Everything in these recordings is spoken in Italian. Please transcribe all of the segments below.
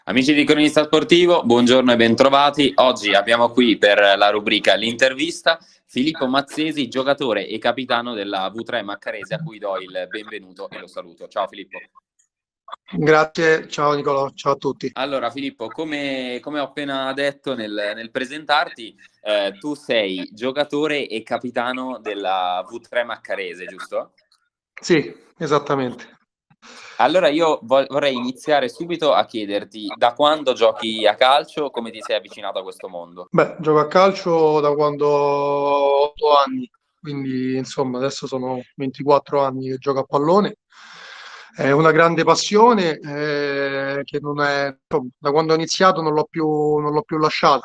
Amici di Cronista Sportivo, buongiorno e bentrovati. Oggi abbiamo qui per la rubrica L'intervista Filippo Mazzesi, giocatore e capitano della V3 Maccarese, a cui do il benvenuto e lo saluto. Ciao Filippo. Grazie, ciao Nicolò, ciao a tutti. Allora Filippo, come ho appena detto nel presentarti, tu sei giocatore e capitano della V3 Maccarese, giusto? Sì, esattamente. Allora io vorrei iniziare subito a chiederti da quando giochi a calcio, come ti sei avvicinato a questo mondo? Beh, gioco a calcio da quando ho 8 anni, quindi insomma adesso sono 24 anni che gioco a pallone. È una grande passione che non è, insomma, da quando ho iniziato non l'ho più lasciata.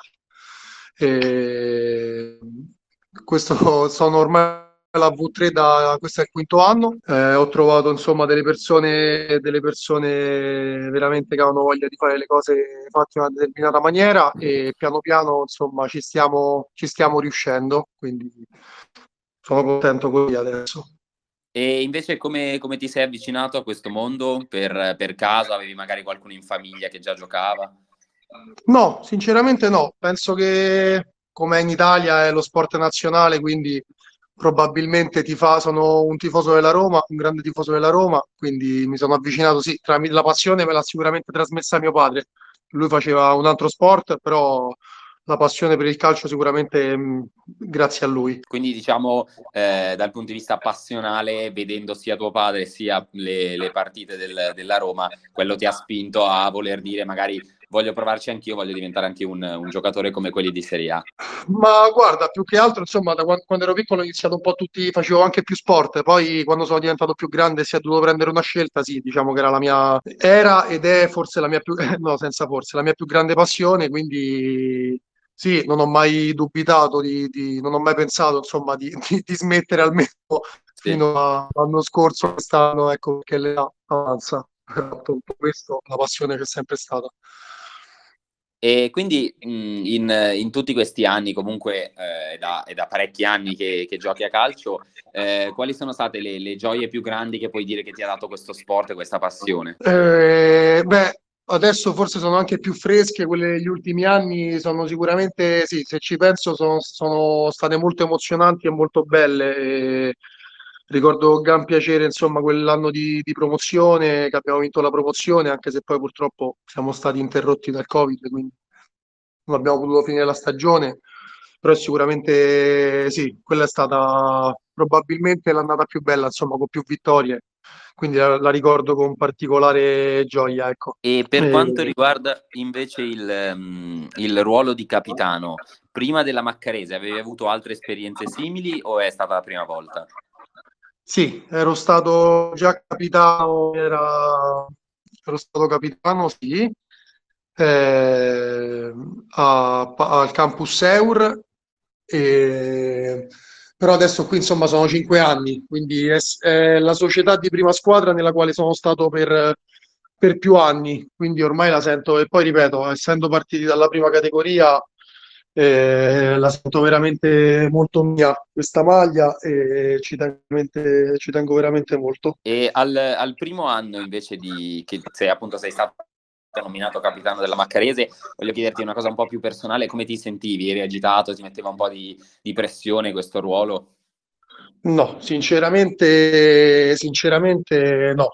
E questo sono ormai la V3 questo è il quinto anno. Ho trovato insomma delle persone veramente che hanno voglia di fare le cose fatte in una determinata maniera e piano piano insomma ci stiamo riuscendo, quindi sono contento così adesso. E invece come ti sei avvicinato a questo mondo? Per caso avevi magari qualcuno in famiglia che già giocava? No, sinceramente no. Penso che come in Italia è lo sport nazionale, quindi probabilmente sono un tifoso della Roma, un grande tifoso della Roma, quindi mi sono avvicinato, sì, tramite la passione me l'ha sicuramente trasmessa mio padre. Lui faceva un altro sport, però la passione per il calcio sicuramente grazie a lui. Quindi diciamo dal punto di vista passionale, vedendo sia tuo padre sia le partite della Roma, quello ti ha spinto a voler dire magari voglio provarci anch'io, voglio diventare anche un giocatore come quelli di Serie A. Ma guarda, più che altro, insomma, da quando ero piccolo ho iniziato un po' tutti, facevo anche più sport, poi quando sono diventato più grande e si è dovuto prendere una scelta, sì, diciamo che era ed è forse la mia più, no, senza forse, la mia più grande passione, quindi sì, non ho mai dubitato non ho mai pensato, insomma, di smettere almeno Sì. fino all'anno scorso, quest'anno, ecco, che l'età avanza. Però tutto questo, la passione c'è sempre stata. E quindi in tutti questi anni, comunque è da parecchi anni che giochi a calcio, quali sono state le gioie più grandi che puoi dire che ti ha dato questo sport e questa passione? Beh, adesso forse sono anche più fresche, quelle degli ultimi anni sono sicuramente, sì, se ci penso, sono state molto emozionanti e molto belle. Ricordo con gran piacere, insomma, quell'anno di promozione, che abbiamo vinto la promozione, anche se poi purtroppo siamo stati interrotti dal Covid, quindi non abbiamo potuto finire la stagione, però sicuramente sì, quella è stata probabilmente l'annata più bella, insomma, con più vittorie, quindi la ricordo con particolare gioia, ecco. E per quanto E, riguarda invece il ruolo di capitano, prima della Maccarese avevi avuto altre esperienze simili o è stata la prima volta? sì, ero stato già capitano, ero stato capitano, sì, eh, al Campus Eur, e- però adesso qui insomma sono 5 anni, quindi è la società di prima squadra nella quale sono stato per più anni, quindi ormai la sento, e poi ripeto, essendo partiti dalla prima categoria, la sento veramente molto mia questa maglia e ci tengo veramente molto. E al primo anno invece che sei stato nominato capitano della Maccarese, voglio chiederti una cosa un po' più personale, come ti sentivi? Eri agitato? Ti metteva un po' di pressione questo ruolo? No, sinceramente no.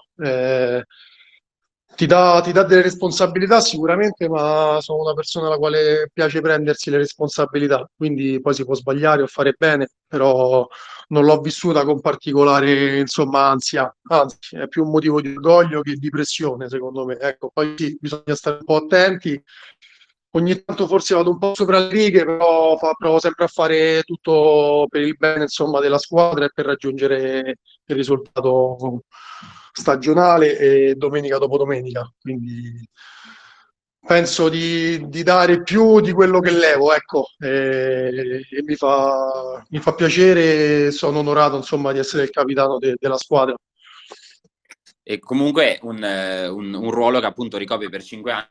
Ti dà delle responsabilità sicuramente, ma sono una persona alla quale piace prendersi le responsabilità, quindi poi si può sbagliare o fare bene, però non l'ho vissuta con particolare, insomma, ansia, anzi, è più un motivo di orgoglio che di pressione, secondo me. Ecco, poi sì, bisogna stare un po' attenti. Ogni tanto forse vado un po' sopra le righe, però provo sempre a fare tutto per il bene, insomma, della squadra e per raggiungere il risultato stagionale e domenica dopo domenica. Quindi penso di dare più di quello che levo, ecco, e mi fa piacere e sono onorato, insomma, di essere il capitano della squadra. E comunque un ruolo che appunto ricopri per 5 anni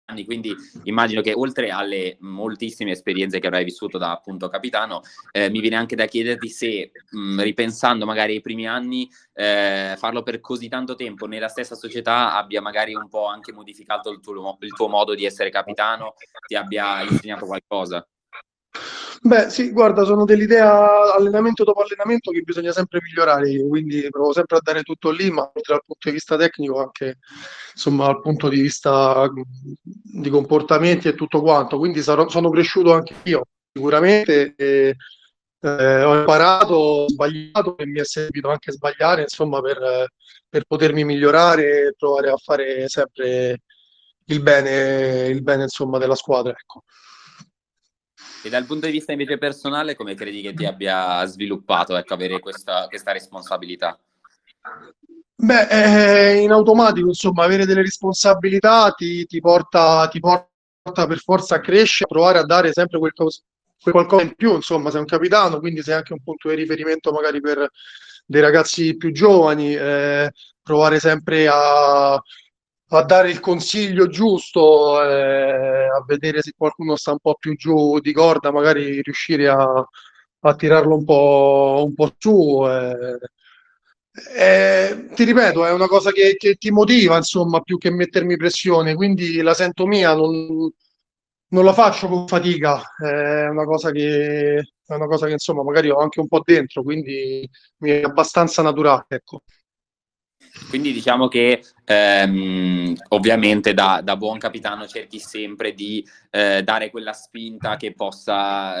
quindi immagino che oltre alle moltissime esperienze che avrai vissuto da appunto capitano, mi viene anche da chiederti se, ripensando magari ai primi anni, farlo per così tanto tempo nella stessa società abbia magari un po' anche modificato il tuo modo di essere capitano, ti abbia insegnato qualcosa. Beh, sì, guarda, sono dell'idea allenamento dopo allenamento che bisogna sempre migliorare, io, quindi provo sempre a dare tutto lì, ma oltre dal punto di vista tecnico anche, insomma, dal punto di vista di comportamenti e tutto quanto, quindi sono cresciuto anche io, sicuramente, ho imparato, ho sbagliato e mi è servito anche sbagliare, insomma, per potermi migliorare e provare a fare sempre il bene, insomma, della squadra, ecco. E dal punto di vista invece personale, come credi che ti abbia sviluppato, ecco, avere questa responsabilità? Beh, in automatico, insomma, avere delle responsabilità ti porta per forza a crescere, a provare a dare sempre quel qualcosa in più, insomma, sei un capitano, quindi sei anche un punto di riferimento magari per dei ragazzi più giovani, provare sempre a dare il consiglio giusto, a vedere se qualcuno sta un po' più giù di corda, magari riuscire a tirarlo un po' su. Ti ripeto, è una cosa che ti motiva, insomma, più che mettermi pressione, quindi la sento mia, non la faccio con fatica, è una cosa che insomma magari ho anche un po' dentro, quindi mi è abbastanza naturale, ecco. Quindi diciamo che ovviamente da buon capitano cerchi sempre di dare quella spinta che possa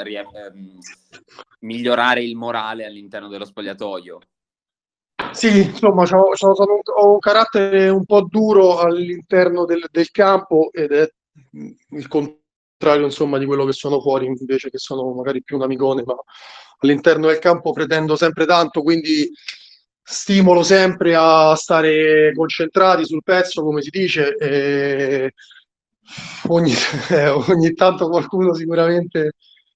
migliorare il morale all'interno dello spogliatoio. Sì, insomma, ho un carattere un po' duro all'interno del campo ed è il contrario, insomma, di quello che sono fuori, invece che sono magari più un amicone, ma all'interno del campo pretendo sempre tanto, quindi stimolo sempre a stare concentrati sul pezzo, come si dice, e ogni, ogni tanto qualcuno sicuramente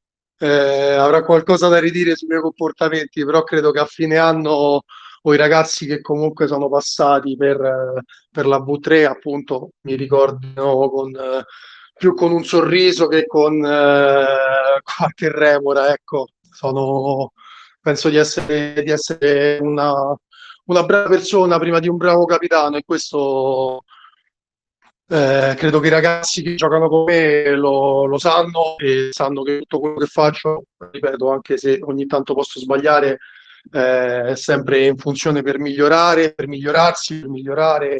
avrà qualcosa da ridire sui miei comportamenti, però credo che a fine anno o i ragazzi che comunque sono passati per la V3 appunto mi ricordino più con un sorriso che con qualche remora, ecco, penso di essere una brava persona prima di un bravo capitano e questo credo che i ragazzi che giocano con me lo sanno e sanno che tutto quello che faccio, ripeto, anche se ogni tanto posso sbagliare, è sempre in funzione per migliorare, per migliorarsi, per migliorare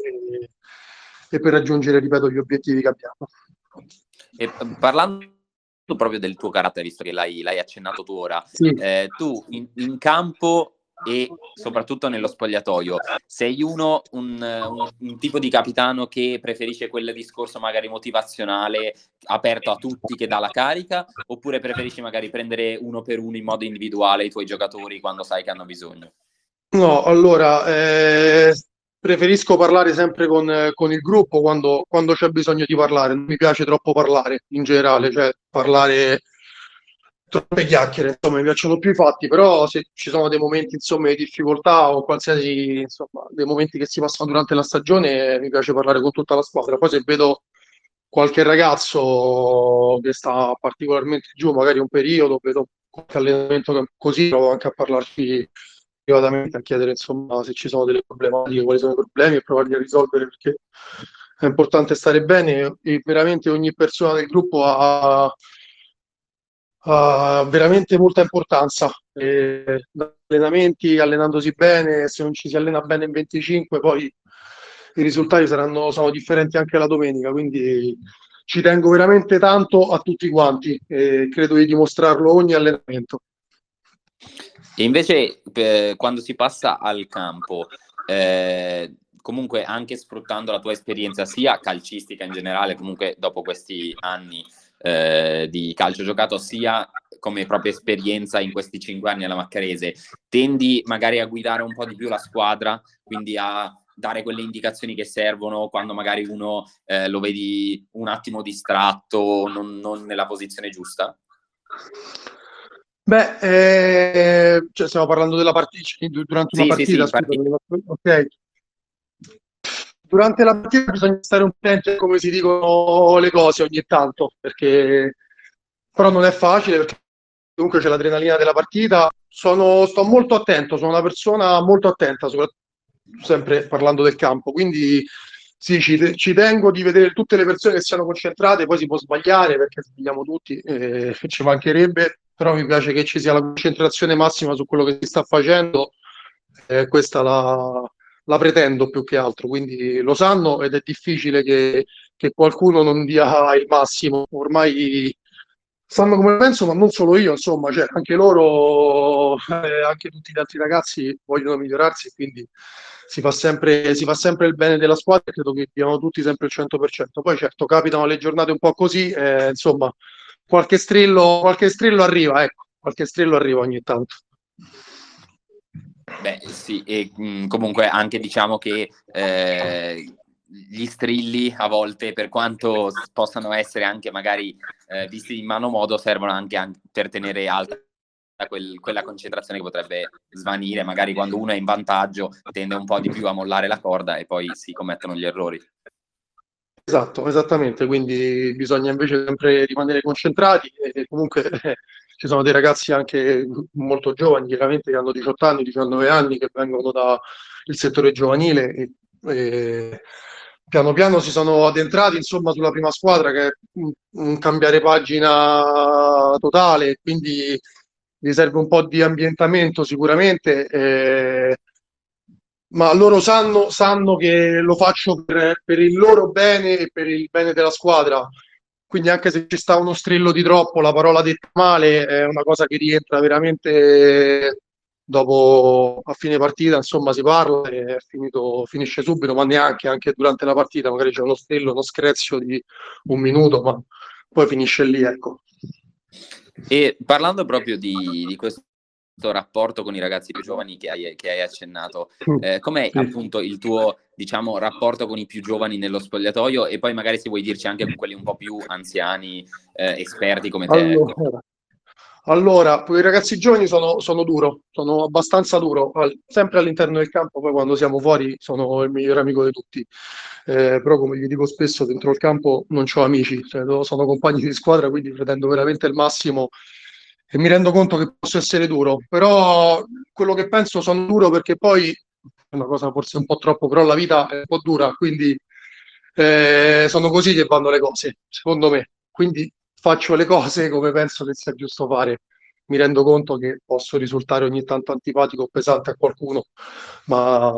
e per raggiungere, ripeto, gli obiettivi che abbiamo. E parlando proprio del tuo carattere, visto che l'hai accennato tu ora, Sì. tu in campo e soprattutto nello spogliatoio, sei un tipo di capitano che preferisce quel discorso magari motivazionale, aperto a tutti, che dà la carica, oppure preferisci magari prendere uno per uno in modo individuale i tuoi giocatori quando sai che hanno bisogno? No, allora, preferisco parlare sempre con il gruppo quando c'è bisogno di parlare. Non mi piace troppo parlare in generale, cioè parlare troppe chiacchiere, insomma, mi piacciono più i fatti, però se ci sono dei momenti, insomma, di difficoltà o qualsiasi, insomma, dei momenti che si passano durante la stagione, mi piace parlare con tutta la squadra. Poi se vedo qualche ragazzo che sta particolarmente giù, magari un periodo, vedo qualche allenamento così, provo anche a parlarci privatamente, a chiedere, insomma, se ci sono delle problematiche, quali sono i problemi e provarli a risolvere, perché è importante stare bene e veramente ogni persona del gruppo ha veramente molta importanza. Allenamenti, allenandosi bene, se non ci si allena bene in 25, poi i risultati sono differenti anche la domenica, quindi ci tengo veramente tanto a tutti quanti e credo di dimostrarlo ogni allenamento. E invece quando si passa al campo, comunque anche sfruttando la tua esperienza sia calcistica in generale, comunque dopo questi anni di calcio giocato, sia come propria esperienza in questi 5 anni alla Maccarese, tendi magari a guidare un po' di più la squadra, quindi a dare quelle indicazioni che servono quando magari uno lo vedi un attimo distratto, non nella posizione giusta? Beh, cioè stiamo parlando della partita durante una Sì, sì, partita, sì, scusa, ok. durante la partita bisogna stare un po' attenti a come si dicono le cose ogni tanto, perché però non è facile, perché comunque c'è l'adrenalina della partita. Sto molto attento, sono una persona molto attenta, sempre parlando del campo, quindi sì, ci tengo di vedere tutte le persone che siano concentrate, poi si può sbagliare perché sbagliamo tutti, ci mancherebbe, però mi piace che ci sia la concentrazione massima su quello che si sta facendo, questa la pretendo più che altro, quindi lo sanno ed è difficile che qualcuno non dia il massimo, ormai sanno come penso, ma non solo io, insomma, cioè, anche loro, anche tutti gli altri ragazzi vogliono migliorarsi, quindi si fa sempre il bene della squadra e credo che diano tutti sempre il 100%. Poi certo, capitano le giornate un po' così, insomma, qualche strillo arriva, ecco, qualche strillo arriva ogni tanto. Beh, sì, e comunque anche diciamo che gli strilli a volte, per quanto possano essere anche magari visti in mano modo, servono anche per tenere alta quella concentrazione che potrebbe svanire, magari quando uno è in vantaggio tende un po' di più a mollare la corda e poi si commettono gli errori. Esatto, esattamente, quindi bisogna invece sempre rimanere concentrati e comunque ci sono dei ragazzi anche molto giovani, chiaramente che hanno 18 anni, 19 anni, che vengono dal settore giovanile e piano piano si sono addentrati insomma sulla prima squadra che è un cambiare pagina totale, quindi gli serve un po' di ambientamento sicuramente. Ma loro sanno che lo faccio per il loro bene e per il bene della squadra. Quindi anche se ci sta uno strillo di troppo, la parola detta male è una cosa che rientra veramente dopo, a fine partita, insomma, si parla e è finito, finisce subito, ma neanche, anche durante la partita, magari c'è uno strillo, uno screzio di un minuto, ma poi finisce lì, ecco. E parlando proprio di questo rapporto con i ragazzi più giovani che hai accennato, com'è Sì. appunto il tuo, diciamo, rapporto con i più giovani nello spogliatoio e poi magari se vuoi dirci anche con quelli un po' più anziani, esperti come te, ecco. Allora, con i ragazzi giovani sono duro, sono abbastanza duro, sempre all'interno del campo, poi quando siamo fuori sono il migliore amico di tutti. Però come gli dico spesso, dentro il campo non ho amici, cioè, sono compagni di squadra, quindi pretendo veramente il massimo e mi rendo conto che posso essere duro, però quello che penso sono duro perché poi, è una cosa forse un po' troppo, però la vita è un po' dura, quindi sono così che vanno le cose, secondo me. Quindi faccio le cose come penso che sia giusto fare. Mi rendo conto che posso risultare ogni tanto antipatico o pesante a qualcuno, ma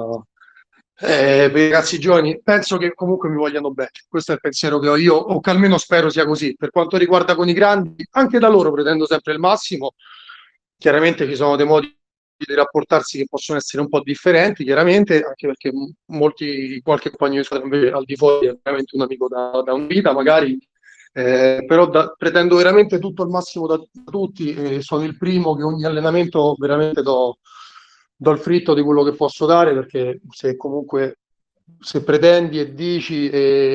per i ragazzi giovani penso che comunque mi vogliano bene. Questo è il pensiero che ho io, o che almeno spero sia così. Per quanto riguarda con i grandi, anche da loro pretendo sempre il massimo. Chiaramente ci sono dei modi di rapportarsi che possono essere un po' differenti, chiaramente, anche perché qualche compagno di squadra invece al di fuori è veramente un amico da una vita, magari, però pretendo veramente tutto il massimo da tutti e sono il primo che ogni allenamento veramente do il fritto di quello che posso dare, perché se comunque se pretendi e dici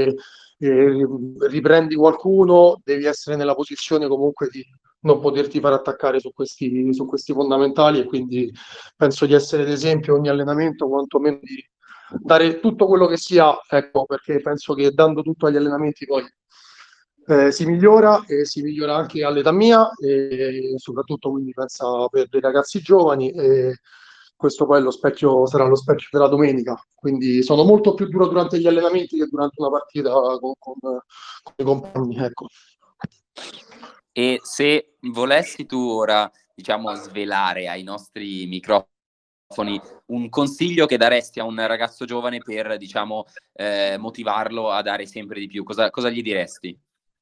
e riprendi qualcuno, devi essere nella posizione comunque di non poterti far attaccare su questi fondamentali e quindi penso di essere d'esempio ogni allenamento, quantomeno di dare tutto quello che sia, ecco, perché penso che dando tutto agli allenamenti poi si migliora e si migliora anche all'età mia e soprattutto quindi pensa per dei ragazzi giovani e questo poi è sarà lo specchio della domenica, quindi sono molto più duro durante gli allenamenti che durante una partita con i compagni, ecco. E se volessi tu ora, diciamo, svelare ai nostri microfoni un consiglio che daresti a un ragazzo giovane per, diciamo, motivarlo a dare sempre di più, cosa gli diresti?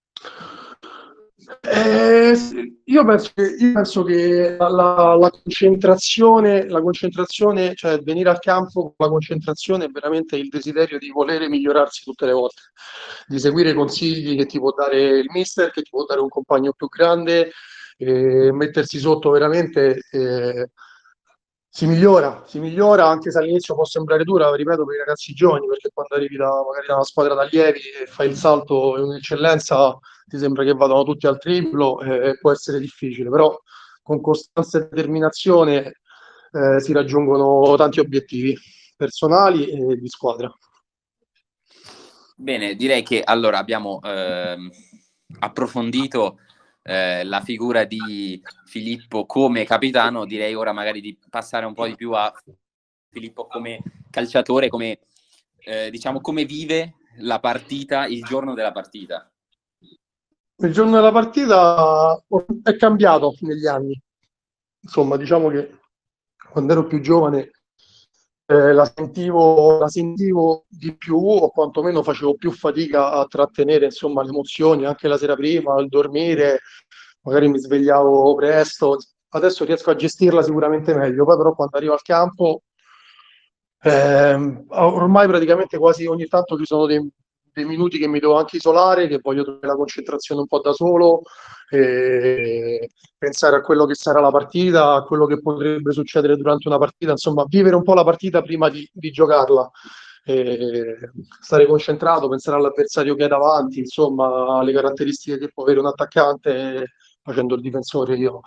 Io penso che la concentrazione, cioè venire al campo con la concentrazione è veramente il desiderio di volere migliorarsi tutte le volte, di seguire i consigli che ti può dare il mister, che ti può dare un compagno più grande, mettersi sotto veramente. Si migliora anche se all'inizio può sembrare dura, ripeto, per i ragazzi giovani, perché quando arrivi magari da una squadra d'allievi e fai il salto in eccellenza ti sembra che vadano tutti al triplo e può essere difficile, però con costanza e determinazione si raggiungono tanti obiettivi personali e di squadra. Bene, direi che allora abbiamo approfondito la figura di Filippo come capitano, direi ora magari di passare un po' di più a Filippo come calciatore, come diciamo come vive la partita, il giorno della partita. Il giorno della partita è cambiato negli anni. Insomma, diciamo che quando ero più giovane la sentivo di più, o quantomeno facevo più fatica a trattenere, insomma, le emozioni anche la sera prima, al dormire, magari mi svegliavo presto. Adesso riesco a gestirla sicuramente meglio, poi però quando arrivo al campo, ormai praticamente quasi ogni tanto ci sono dei minuti che mi devo anche isolare, che voglio trovare la concentrazione un po' da solo, e pensare a quello che sarà la partita, a quello che potrebbe succedere durante una partita, insomma, vivere un po' la partita prima di giocarla. E stare concentrato, pensare all'avversario che hai davanti, insomma, alle caratteristiche che può avere un attaccante facendo il difensore io.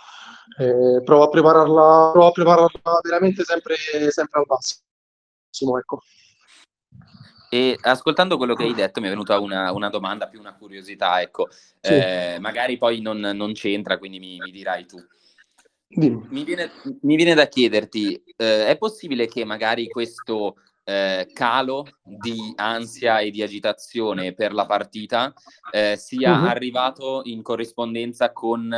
Provo a prepararla veramente sempre, sempre al massimo, ecco. E ascoltando quello che hai detto mi è venuta una domanda, più una curiosità, ecco. Sì, Magari poi non c'entra, quindi mi dirai tu. dimmi. Mi viene da chiederti, è possibile che magari questo calo di ansia e di agitazione per la partita sia Mhm. arrivato in corrispondenza con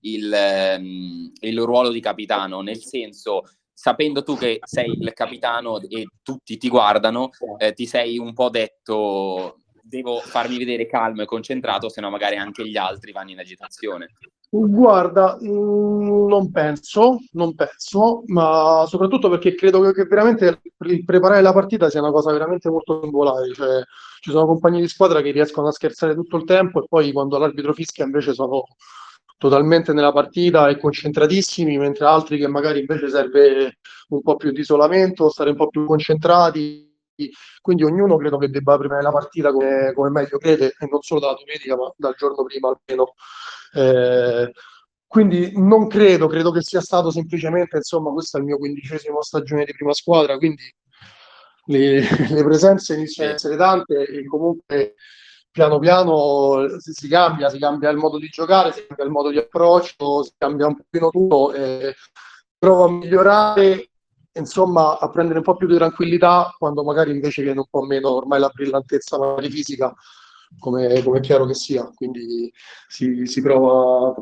il ruolo di capitano, nel senso, sapendo tu che sei il capitano e tutti ti guardano, ti sei un po' detto devo farmi vedere calmo e concentrato, se no magari anche gli altri vanno in agitazione. Guarda, non penso, ma soprattutto perché credo che veramente il preparare la partita sia una cosa veramente molto singolare. Cioè, ci sono compagni di squadra che riescono a scherzare tutto il tempo e poi quando l'arbitro fischia invece sono totalmente nella partita e concentratissimi, mentre altri che magari invece serve un po' più di isolamento, stare un po' più concentrati. Quindi ognuno credo che debba preparare la partita come meglio crede, e non solo dalla domenica, ma dal giorno prima almeno. Eh, quindi non credo che sia stato semplicemente, insomma, questo è il mio 15° stagione di prima squadra, quindi le, le presenze iniziano ad Sì. essere tante e comunque piano piano si cambia il modo di giocare, si cambia il modo di approccio, si cambia un pochino tutto e provo a migliorare, insomma, a prendere un po' più di tranquillità quando magari invece viene un po' meno ormai la brillantezza magari fisica, come è chiaro che sia. Quindi si prova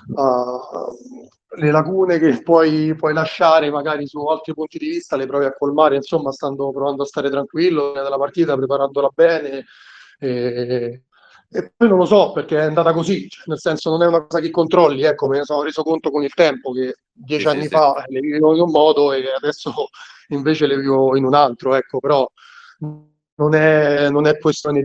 le lacune che puoi lasciare magari su altri punti di vista, le provi a colmare, insomma, stando provando a stare tranquillo nella partita, preparandola bene. E, e poi non lo so perché è andata così, cioè, nel senso non è una cosa che controlli, ecco, me ne sono reso conto con il tempo che Sì, dieci sì, anni sì. fa le vivevo in un modo e adesso invece le vivo in un altro, ecco, però non è questione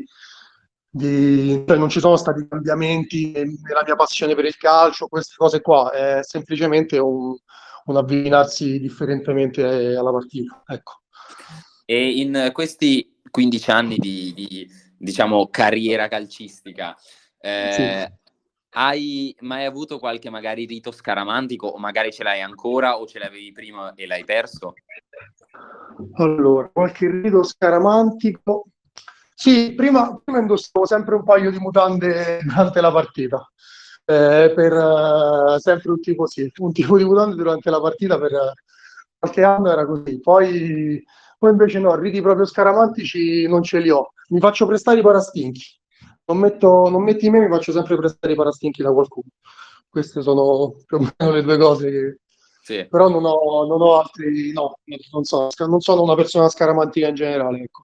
cioè non ci sono stati cambiamenti nella mia passione per il calcio, queste cose qua, è semplicemente un avvicinarsi differentemente alla partita, ecco. E in questi 15 anni diciamo, carriera calcistica, Sì. hai mai avuto qualche magari rito scaramantico, o magari ce l'hai ancora, o ce l'avevi prima e l'hai perso? Allora, qualche rito scaramantico. Sì, prima indossavo sempre un paio di mutande durante la partita. Sempre un tipo di mutande durante la partita per qualche anno era così. Poi invece no, riti proprio scaramantici non ce li ho. Mi faccio prestare i parastinchi. Non metti me, mi faccio sempre prestare i parastinchi da qualcuno. Queste sono più o meno le due cose che. Sì. Però non ho altri, no, non sono una persona scaramantica in generale, ecco.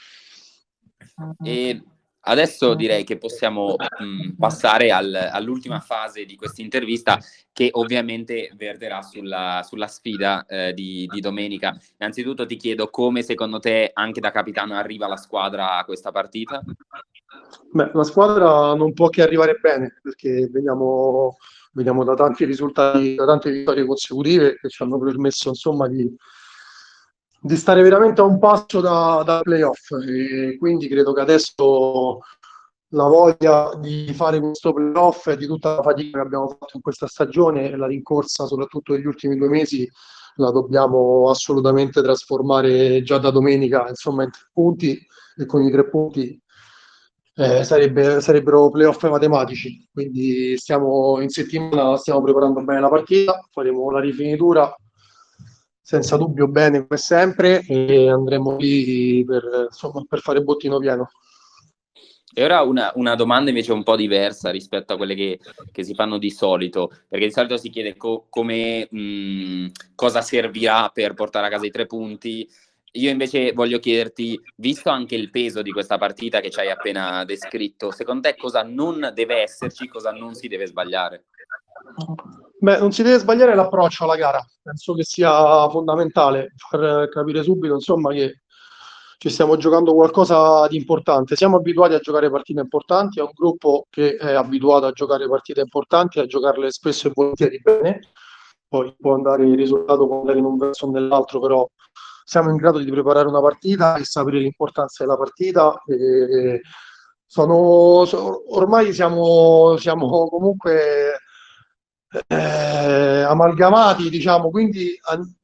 E adesso direi che possiamo passare all'ultima fase di questa intervista, che ovviamente verterà sulla sfida di domenica. Innanzitutto ti chiedo come secondo te, anche da capitano, arriva la squadra a questa partita? Beh, la squadra non può che arrivare bene perché veniamo da tanti risultati, da tante vittorie consecutive che ci hanno permesso insomma di stare veramente a un passo da playoff. E quindi credo che adesso la voglia di fare questo playoff e di tutta la fatica che abbiamo fatto in questa stagione e la rincorsa soprattutto negli ultimi 2 mesi la dobbiamo assolutamente trasformare già da domenica, insomma, in 3 punti, e con i 3 punti sarebbero playoff matematici, quindi in settimana, stiamo preparando bene la partita, faremo la rifinitura senza dubbio bene come sempre e andremo lì insomma, per fare bottino pieno. E ora una domanda invece un po' diversa rispetto a quelle che si fanno di solito, perché di solito si chiede come cosa servirà per portare a casa i 3 punti. Io invece voglio chiederti, visto anche il peso di questa partita che ci hai appena descritto, secondo te cosa non deve esserci, cosa non si deve sbagliare? Beh, non si deve sbagliare l'approccio alla gara, penso che sia fondamentale far capire subito, insomma, che ci stiamo giocando qualcosa di importante. Siamo abituati a giocare partite importanti, è un gruppo che è abituato a giocare partite importanti, a giocarle spesso e volentieri bene. Poi può andare il risultato può andare in un verso o nell'altro, però siamo in grado di preparare una partita e sapere l'importanza della partita. Ormai siamo comunque amalgamati, diciamo, quindi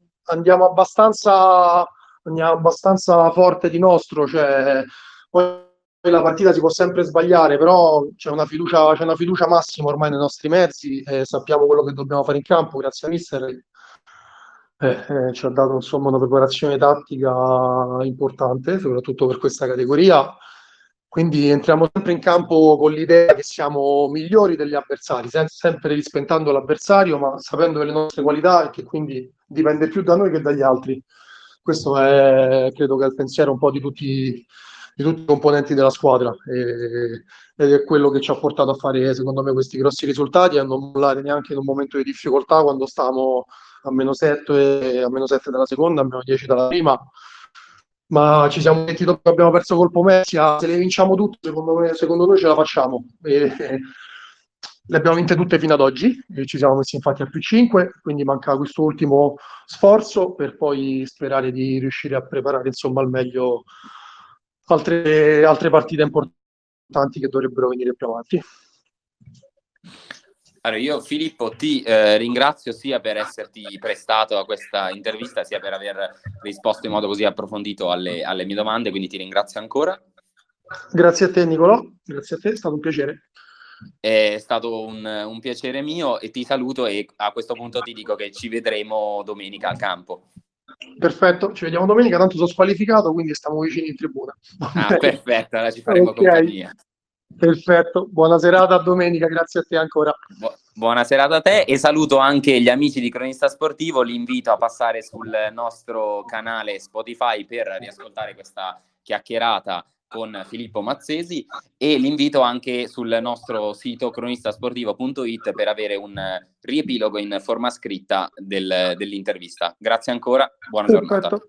andiamo abbastanza forte di nostro, cioè, poi la partita si può sempre sbagliare, però c'è una fiducia massima ormai nei nostri mezzi, sappiamo quello che dobbiamo fare in campo, grazie a mister. Ci ha dato insomma una preparazione tattica importante, soprattutto per questa categoria. Quindi entriamo sempre in campo con l'idea che siamo migliori degli avversari, sempre rispettando l'avversario, ma sapendo le nostre qualità e che quindi dipende più da noi che dagli altri. Questo credo che è il pensiero un po' di tutti i componenti della squadra ed è quello che ci ha portato a fare, secondo me, questi grossi risultati e a non mollare neanche in un momento di difficoltà quando stavamo a meno 7 dalla seconda, a meno 10 dalla prima, ma ci siamo detti dopo che abbiamo perso col Pomezia, se le vinciamo tutte, secondo noi ce la facciamo. Le abbiamo vinte tutte fino ad oggi, e ci siamo messi infatti a più 5, quindi manca questo ultimo sforzo per poi sperare di riuscire a preparare insomma al meglio altre partite importanti che dovrebbero venire più avanti. Allora, io Filippo ti ringrazio sia per esserti prestato a questa intervista, sia per aver risposto in modo così approfondito alle mie domande, quindi ti ringrazio ancora. Grazie a te Nicolò, grazie a te, è stato un piacere. È stato un piacere mio e ti saluto e a questo punto ti dico che ci vedremo domenica al campo. Perfetto, ci vediamo domenica, tanto sono squalificato, quindi stiamo vicini in tribuna. Perfetto, allora ci faremo compagnia. Perfetto, buona serata a domenica, grazie a te ancora. Buona serata a te e saluto anche gli amici di Cronista Sportivo, li invito a passare sul nostro canale Spotify per riascoltare questa chiacchierata con Filippo Mazzesi e l'invito anche sul nostro sito cronistasportivo.it per avere un riepilogo in forma scritta dell'intervista. Grazie ancora, buona giornata.